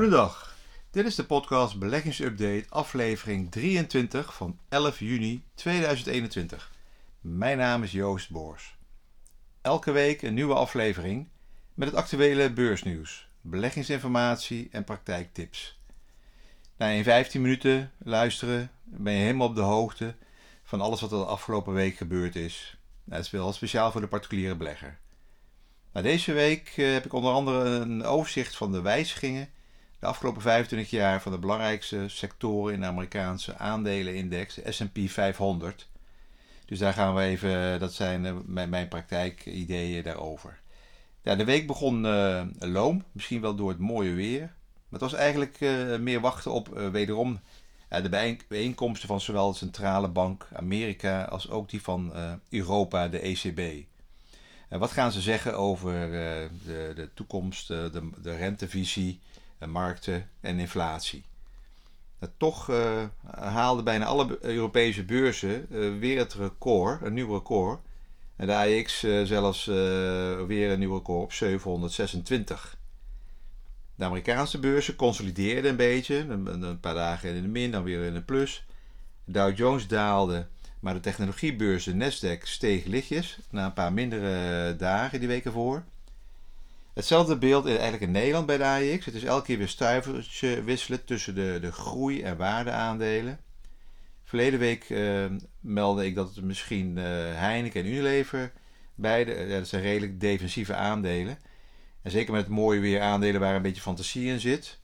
Goedendag, dit is de podcast Beleggingsupdate aflevering 23 van 11 juni 2021. Mijn naam is Joost Boors. Elke week een nieuwe aflevering met het actuele beursnieuws, beleggingsinformatie en praktijktips. In 15 minuten luisteren ben je helemaal op de hoogte van alles wat er de afgelopen week gebeurd is. Dat is wel speciaal voor de particuliere belegger. Deze week heb ik onder andere een overzicht van de wijzigingen de afgelopen 25 jaar van de belangrijkste sectoren in de Amerikaanse aandelenindex, de S&P 500. Dus daar gaan we even, dat zijn mijn praktijkideeën daarover. Ja, de week begon loom, misschien wel door het mooie weer. Maar het was eigenlijk meer wachten op wederom de bijeenkomsten van zowel de Centrale Bank Amerika als ook die van Europa, de ECB. Wat gaan ze zeggen over de toekomst, de rentevisie, de markten en inflatie? Toch haalden bijna alle Europese beurzen weer het record, een nieuw record. En de AEX zelfs weer een nieuw record op 726. De Amerikaanse beurzen consolideerden een beetje, een paar dagen in de min, dan weer in de plus. Dow Jones daalde, maar de technologiebeurs, de Nasdaq, steeg lichtjes na een paar mindere dagen die weken voor. Hetzelfde beeld eigenlijk in Nederland bij de AEX. Het is elke keer weer stuivertje wisselen tussen de groei- en waardeaandelen. Verleden week meldde ik dat het misschien Heineken en Unilever, beide, dat zijn redelijk defensieve aandelen. En zeker met het mooie weer aandelen waar een beetje fantasie in zit.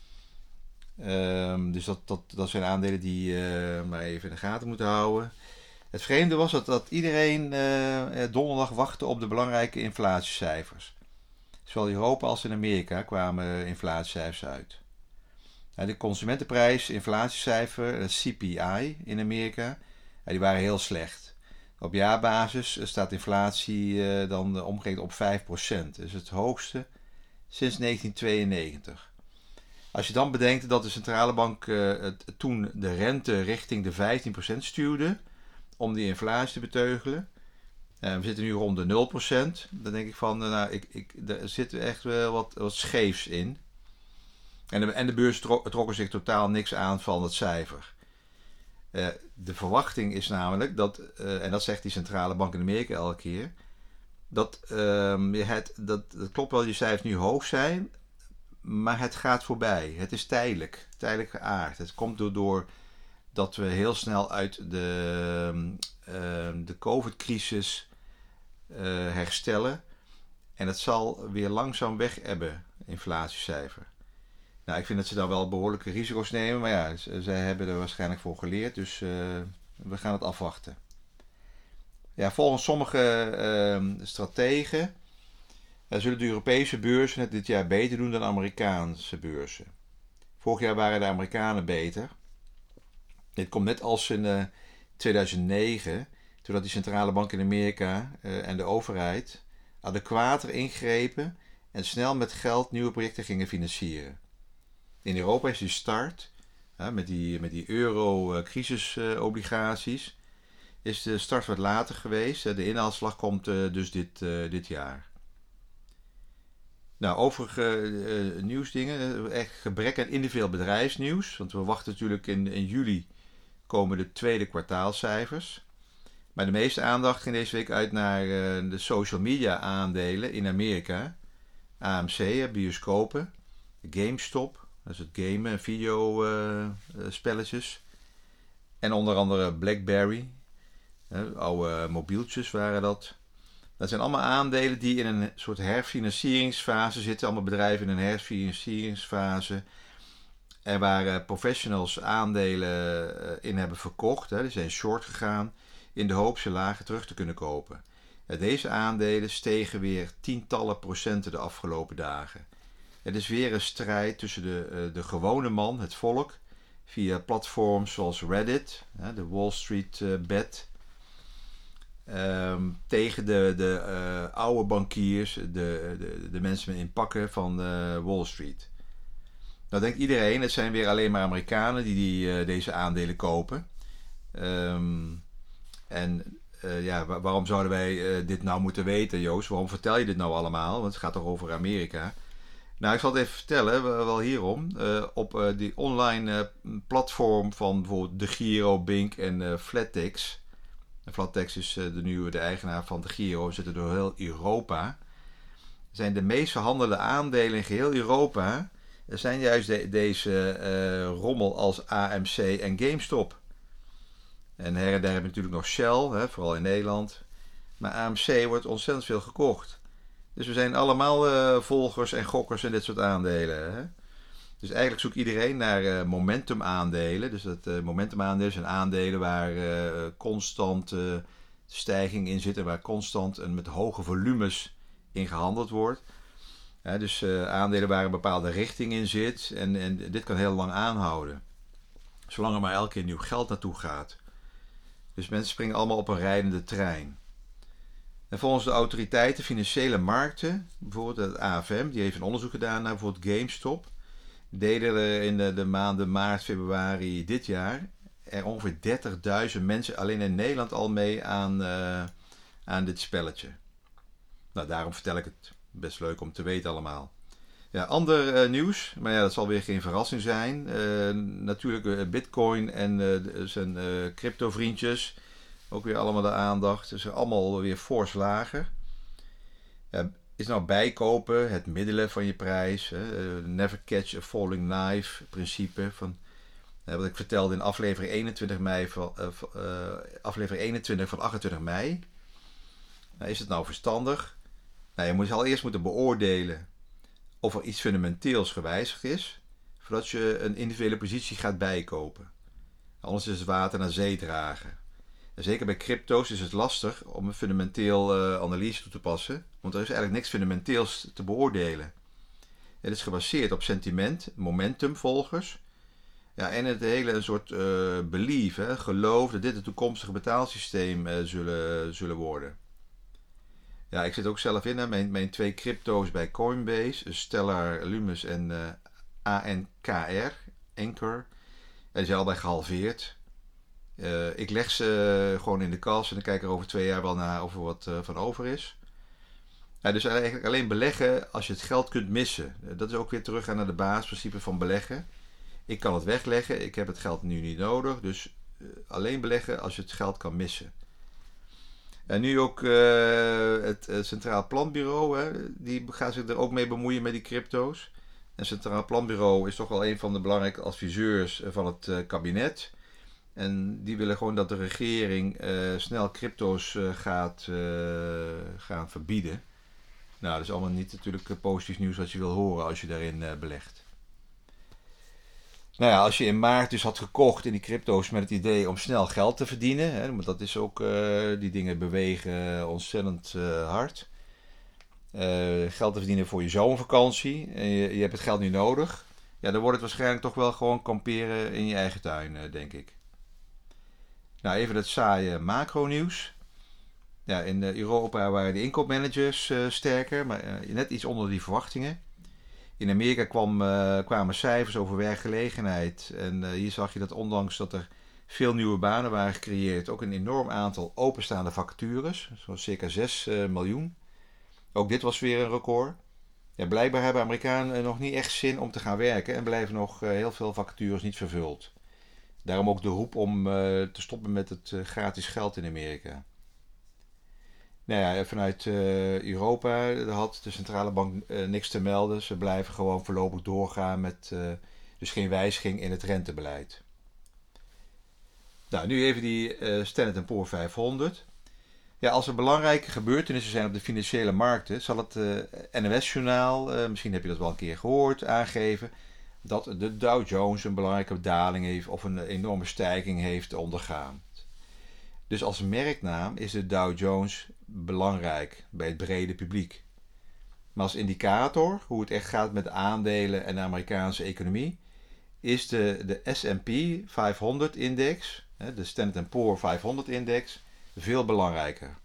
Dus dat zijn aandelen die maar even in de gaten moeten houden. Het vreemde was dat iedereen donderdag wachtte op de belangrijke inflatiecijfers. Zowel in Europa als in Amerika kwamen inflatiecijfers uit. De consumentenprijs, inflatiecijfer, het CPI in Amerika, die waren heel slecht. Op jaarbasis staat inflatie dan omgerekend op 5%. Dat is het hoogste sinds 1992. Als je dan bedenkt dat de centrale bank toen de rente richting de 15% stuurde om die inflatie te beteugelen. We zitten nu rond de 0%. Dan denk ik van, er zit echt wel wat scheefs in. En de beurs trokken zich totaal niks aan van het cijfer. De verwachting is namelijk dat, en dat zegt die centrale bank in Amerika elke keer, dat klopt wel, die cijfers nu hoog zijn, maar het gaat voorbij. Het is tijdelijk geaard. Het komt door dat we heel snel uit de COVID-crisis herstellen. En het zal weer langzaam weg ebben, inflatiecijfer. Ik vind dat ze daar wel behoorlijke risico's nemen. Maar ja, zij hebben er waarschijnlijk voor geleerd. Dus we gaan het afwachten. Ja, volgens sommige strategen zullen de Europese beurzen het dit jaar beter doen dan de Amerikaanse beurzen. Vorig jaar waren de Amerikanen beter. Dit komt net als in 2009, toen die centrale bank in Amerika en de overheid adequater ingrepen en snel met geld nieuwe projecten gingen financieren. In Europa is die start, met die euro-crisisobligaties, is de start wat later geweest. De inhaalslag komt dus dit jaar. Overige nieuwsdingen, echt gebrek aan individueel bedrijfsnieuws, want we wachten natuurlijk in juli komen de tweede kwartaalcijfers. Maar de meeste aandacht ging deze week uit naar de social media aandelen in Amerika. AMC, bioscopen, GameStop, dat is het gamen, videospelletjes. En onder andere BlackBerry, oude mobieltjes waren dat. Dat zijn allemaal aandelen die in een soort herfinancieringsfase zitten. Allemaal bedrijven in een herfinancieringsfase. En waar professionals aandelen in hebben verkocht. Die zijn short gegaan in de hoop ze lager terug te kunnen kopen. Deze aandelen stegen weer tientallen procenten de afgelopen dagen. Het is weer een strijd tussen de gewone man, het volk, via platforms zoals Reddit, de Wall Street Bet, tegen de oude bankiers, de mensen in pakken van Wall Street. Nou denkt iedereen, het zijn weer alleen maar Amerikanen die deze aandelen kopen. Waarom zouden wij dit nou moeten weten, Joost? Waarom vertel je dit nou allemaal? Want het gaat toch over Amerika. Nou, ik zal het even vertellen, wel hierom. Op die online platform van bijvoorbeeld De Giro, Bink en Flatex. En Flatex is de eigenaar van De Giro, zitten door heel Europa. Zijn de meest verhandelde aandelen in geheel Europa zijn juist deze rommel als AMC en GameStop. En her en daar heb je natuurlijk nog Shell, hè, vooral in Nederland. Maar AMC wordt ontzettend veel gekocht. Dus we zijn allemaal volgers en gokkers in dit soort aandelen. Hè? Dus eigenlijk zoekt iedereen naar momentum aandelen. Dus dat momentum aandelen zijn aandelen waar constant stijging in zit en waar constant en met hoge volumes in gehandeld wordt. Dus aandelen waar een bepaalde richting in zit en dit kan heel lang aanhouden. Zolang er maar elke keer nieuw geld naartoe gaat. Dus mensen springen allemaal op een rijdende trein. En volgens de autoriteiten financiële markten, bijvoorbeeld het AFM, die heeft een onderzoek gedaan naar bijvoorbeeld GameStop, deden er in de maanden maart, februari dit jaar er ongeveer 30.000 mensen alleen in Nederland al mee aan dit spelletje. Nou, daarom vertel ik het. Best leuk om te weten allemaal. Ja, ander nieuws, maar ja, dat zal weer geen verrassing zijn. Natuurlijk Bitcoin en zijn crypto vriendjes. Ook weer allemaal de aandacht. Dus allemaal weer fors lager. Is nou bijkopen het middelen van je prijs. Never catch a falling knife principe. Wat ik vertelde in aflevering 21 van 28 mei. Nou, is het nou verstandig? Nou, je zal eerst moeten beoordelen of er iets fundamenteels gewijzigd is, voordat je een individuele positie gaat bijkopen. Anders is het water naar zee dragen. En zeker bij crypto's is het lastig om een fundamenteel analyse toe te passen, want er is eigenlijk niks fundamenteels te beoordelen. Het is gebaseerd op sentiment, momentumvolgers, ja, en het hele een soort belief, geloof dat dit het toekomstige betaalsysteem zullen worden. Ja, ik zit ook zelf in. Mijn 2 crypto's bij Coinbase, Stellar, Lumus en ANKR, Anchor. Die zijn allebei gehalveerd. Ik leg ze gewoon in de kas en dan kijk er over 2 jaar wel naar of er wat van over is. Ja, dus eigenlijk alleen beleggen als je het geld kunt missen. Dat is ook weer teruggaan naar de basisprincipe van beleggen. Ik kan het wegleggen, ik heb het geld nu niet nodig. Dus alleen beleggen als je het geld kan missen. En nu ook het Centraal Planbureau, die gaat zich er ook mee bemoeien met die crypto's. En het Centraal Planbureau is toch wel een van de belangrijke adviseurs van het kabinet. En die willen gewoon dat de regering snel crypto's gaat gaan verbieden. Nou, dat is allemaal niet natuurlijk positief nieuws wat je wil horen als je daarin belegt. Nou ja, als je in maart dus had gekocht in die crypto's met het idee om snel geld te verdienen, hè, want dat is ook, die dingen bewegen ontzettend hard. Geld te verdienen voor je zomervakantie en je hebt het geld niet nodig. Ja, dan wordt het waarschijnlijk toch wel gewoon kamperen in je eigen tuin, denk ik. Nou, even het saaie macro-nieuws. Ja, in Europa waren de inkoopmanagers sterker, maar net iets onder die verwachtingen. In Amerika kwamen cijfers over werkgelegenheid. En hier zag je dat ondanks dat er veel nieuwe banen waren gecreëerd, ook een enorm aantal openstaande vacatures, zo'n circa 6 miljoen. Ook dit was weer een record. Ja, blijkbaar hebben Amerikanen nog niet echt zin om te gaan werken en blijven nog heel veel vacatures niet vervuld. Daarom ook de roep om te stoppen met het gratis geld in Amerika. Nou ja, vanuit Europa had de centrale bank niks te melden. Ze blijven gewoon voorlopig doorgaan met dus geen wijziging in het rentebeleid. Nou, nu even die Standard & Poor's 500. Ja, als er belangrijke gebeurtenissen zijn op de financiële markten, zal het NOS-journaal, misschien heb je dat wel een keer gehoord, aangeven dat de Dow Jones een belangrijke daling heeft of een enorme stijging heeft ondergaan. Dus als merknaam is de Dow Jones belangrijk bij het brede publiek. Maar als indicator, hoe het echt gaat met de aandelen en de Amerikaanse economie, is de S&P 500-index, de Standard & Poor's 500-index, veel belangrijker.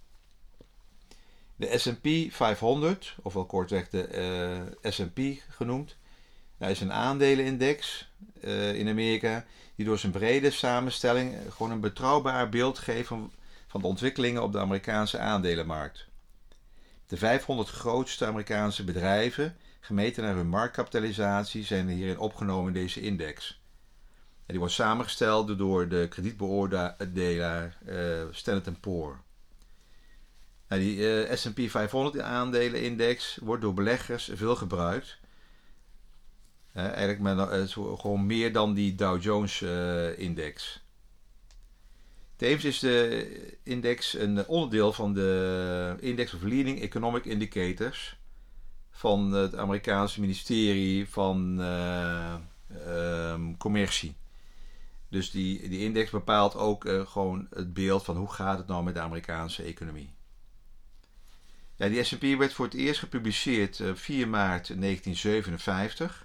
De S&P 500, ofwel kortweg de S&P genoemd, is een aandelenindex in Amerika die door zijn brede samenstelling gewoon een betrouwbaar beeld geeft van de ontwikkelingen op de Amerikaanse aandelenmarkt. De 500 grootste Amerikaanse bedrijven gemeten naar hun marktkapitalisatie, zijn er hierin opgenomen in deze index. En die wordt samengesteld door de kredietbeoordelaar Standard & Poor's. Nou, die S&P 500 aandelenindex wordt door beleggers veel gebruikt. Eigenlijk gewoon meer dan die Dow Jones index. Tevens is de index een onderdeel van de Index of Leading Economic Indicators van het Amerikaanse ministerie van Commercie. Dus die index bepaalt ook gewoon het beeld van hoe gaat het nou met de Amerikaanse economie. Ja, die S&P werd voor het eerst gepubliceerd 4 maart 1957.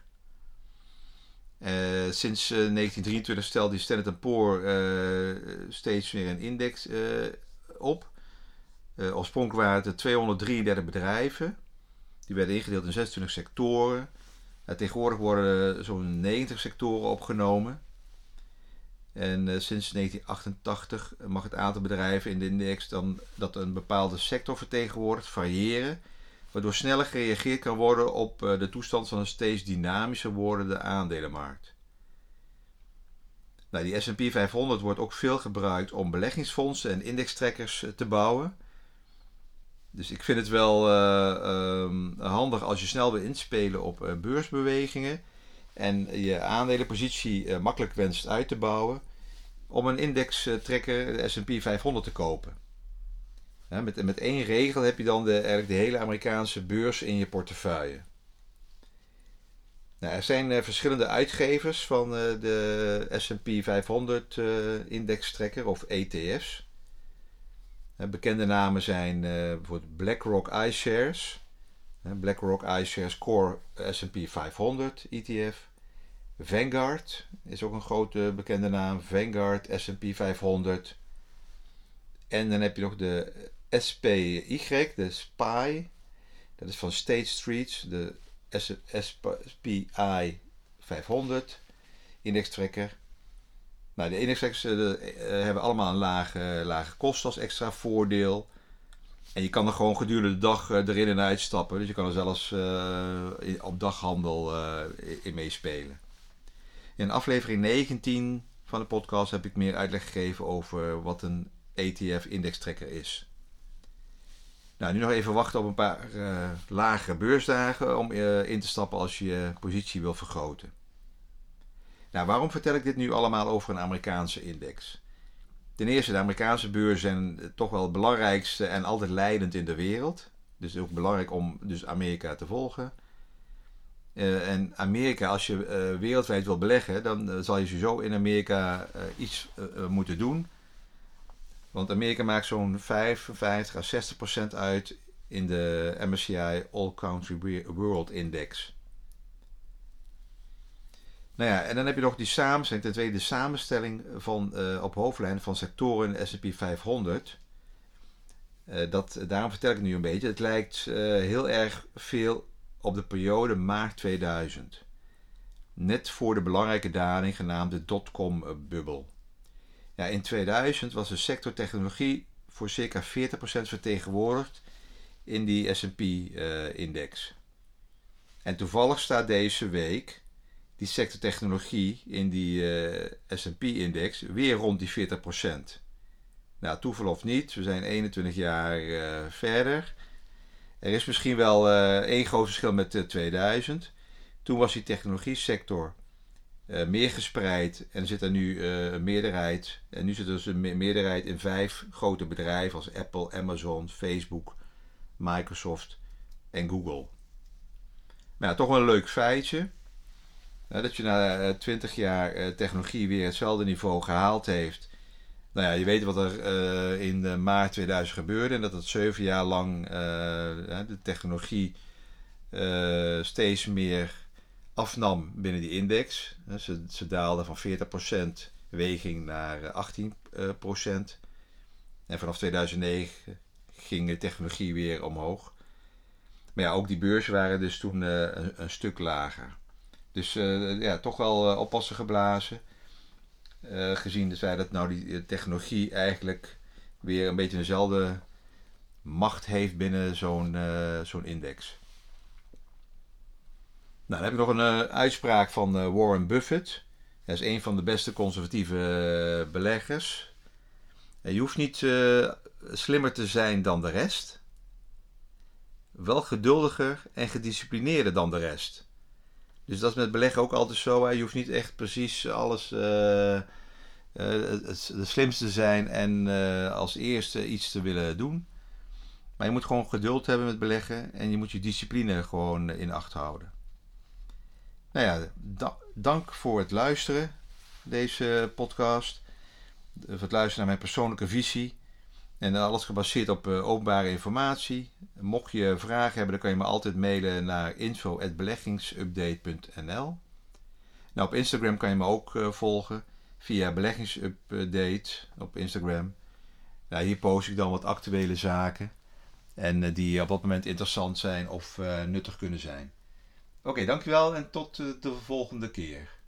Sinds 1923 stelde die Standard & Poor's steeds weer een index op. Oorspronkelijk waren het 233 bedrijven. Die werden ingedeeld in 26 sectoren. Tegenwoordig worden zo'n 90 sectoren opgenomen. En sinds 1988 mag het aantal bedrijven in de index dan dat een bepaalde sector vertegenwoordigt variëren, waardoor sneller gereageerd kan worden op de toestand van een steeds dynamischer wordende aandelenmarkt. Nou, die S&P 500 wordt ook veel gebruikt om beleggingsfondsen en indextrekkers te bouwen. Dus ik vind het wel handig als je snel wil inspelen op beursbewegingen en je aandelenpositie makkelijk wenst uit te bouwen, om een indextrekker, de S&P 500, te kopen. Ja, met één regel heb je dan eigenlijk de hele Amerikaanse beurs in je portefeuille. Nou, er zijn verschillende uitgevers van de S&P 500 indextrekker of ETF's. Bekende namen zijn bijvoorbeeld BlackRock iShares, BlackRock iShares Core S&P 500 ETF. Vanguard is ook een grote bekende naam, Vanguard S&P 500. En dan heb je nog de SPY, de SPY, dat is van State Street, de SPY 500 indextrekker. Nou, de indextrekkers hebben allemaal een lage kosten als extra voordeel. En je kan er gewoon gedurende de dag erin en uitstappen. Dus je kan er zelfs op daghandel in meespelen. In aflevering 19 van de podcast heb ik meer uitleg gegeven over wat een ETF-indextrekker is. Nou, nu nog even wachten op een paar lagere beursdagen om in te stappen als je je positie wil vergroten. Nou, waarom vertel ik dit nu allemaal over een Amerikaanse index? Ten eerste, de Amerikaanse beurzen zijn toch wel het belangrijkste en altijd leidend in de wereld. Dus het is ook belangrijk om dus Amerika te volgen. En Amerika, als je wereldwijd wil beleggen, dan zal je sowieso in Amerika iets moeten doen. Want Amerika maakt zo'n 55-60% uit in de MSCI All Country World Index. Nou ja, en dan heb je nog die samenstelling, ten tweede de samenstelling van, op hoofdlijnen van sectoren in de S&P 500. Daarom vertel ik het nu een beetje. Het lijkt heel erg veel op de periode maart 2000. Net voor de belangrijke daling genaamd de dotcom-bubbel. Ja, in 2000 was de sector technologie voor circa 40% vertegenwoordigd in die S&P-index. En toevallig staat deze week die sector technologie in die S&P-index weer rond die 40%. Nou, toeval of niet, we zijn 21 jaar verder. Er is misschien wel één groot verschil met 2000. Toen was die technologie-sector meer gespreid en er zit er nu een meerderheid. En nu zit er dus een meerderheid in 5 grote bedrijven als Apple, Amazon, Facebook, Microsoft en Google. Maar ja, toch wel een leuk feitje. Dat je na 20 jaar technologie weer hetzelfde niveau gehaald heeft. Nou ja, je weet wat er in maart 2000 gebeurde. En dat het 7 jaar lang de technologie steeds meer afnam binnen die index. Ze daalde van 40% weging naar 18%. En vanaf 2009 ging de technologie weer omhoog. Maar ja, ook die beurzen waren dus toen een stuk lager. Dus ja, toch wel oppassen geblazen. Gezien het feit dat nou die technologie eigenlijk weer een beetje dezelfde macht heeft binnen zo'n index. Nou, dan heb ik nog een uitspraak van Warren Buffett. Hij is een van de beste conservatieve beleggers. Je hoeft niet slimmer te zijn dan de rest. Wel geduldiger en gedisciplineerder dan de rest. Dus dat is met beleggen ook altijd zo. Hè? Je hoeft niet echt precies alles de slimste zijn en als eerste iets te willen doen. Maar je moet gewoon geduld hebben met beleggen en je moet je discipline gewoon in acht houden. Nou ja, dank voor het luisteren, deze podcast. Voor het luisteren naar mijn persoonlijke visie. En alles gebaseerd op openbare informatie. Mocht je vragen hebben, dan kan je me altijd mailen naar info@beleggingsupdate.nl. Nou, op Instagram kan je me ook volgen via beleggingsupdate op Instagram. Nou, hier post ik dan wat actuele zaken en die op dat moment interessant zijn of nuttig kunnen zijn. Oké, dankjewel en tot de volgende keer.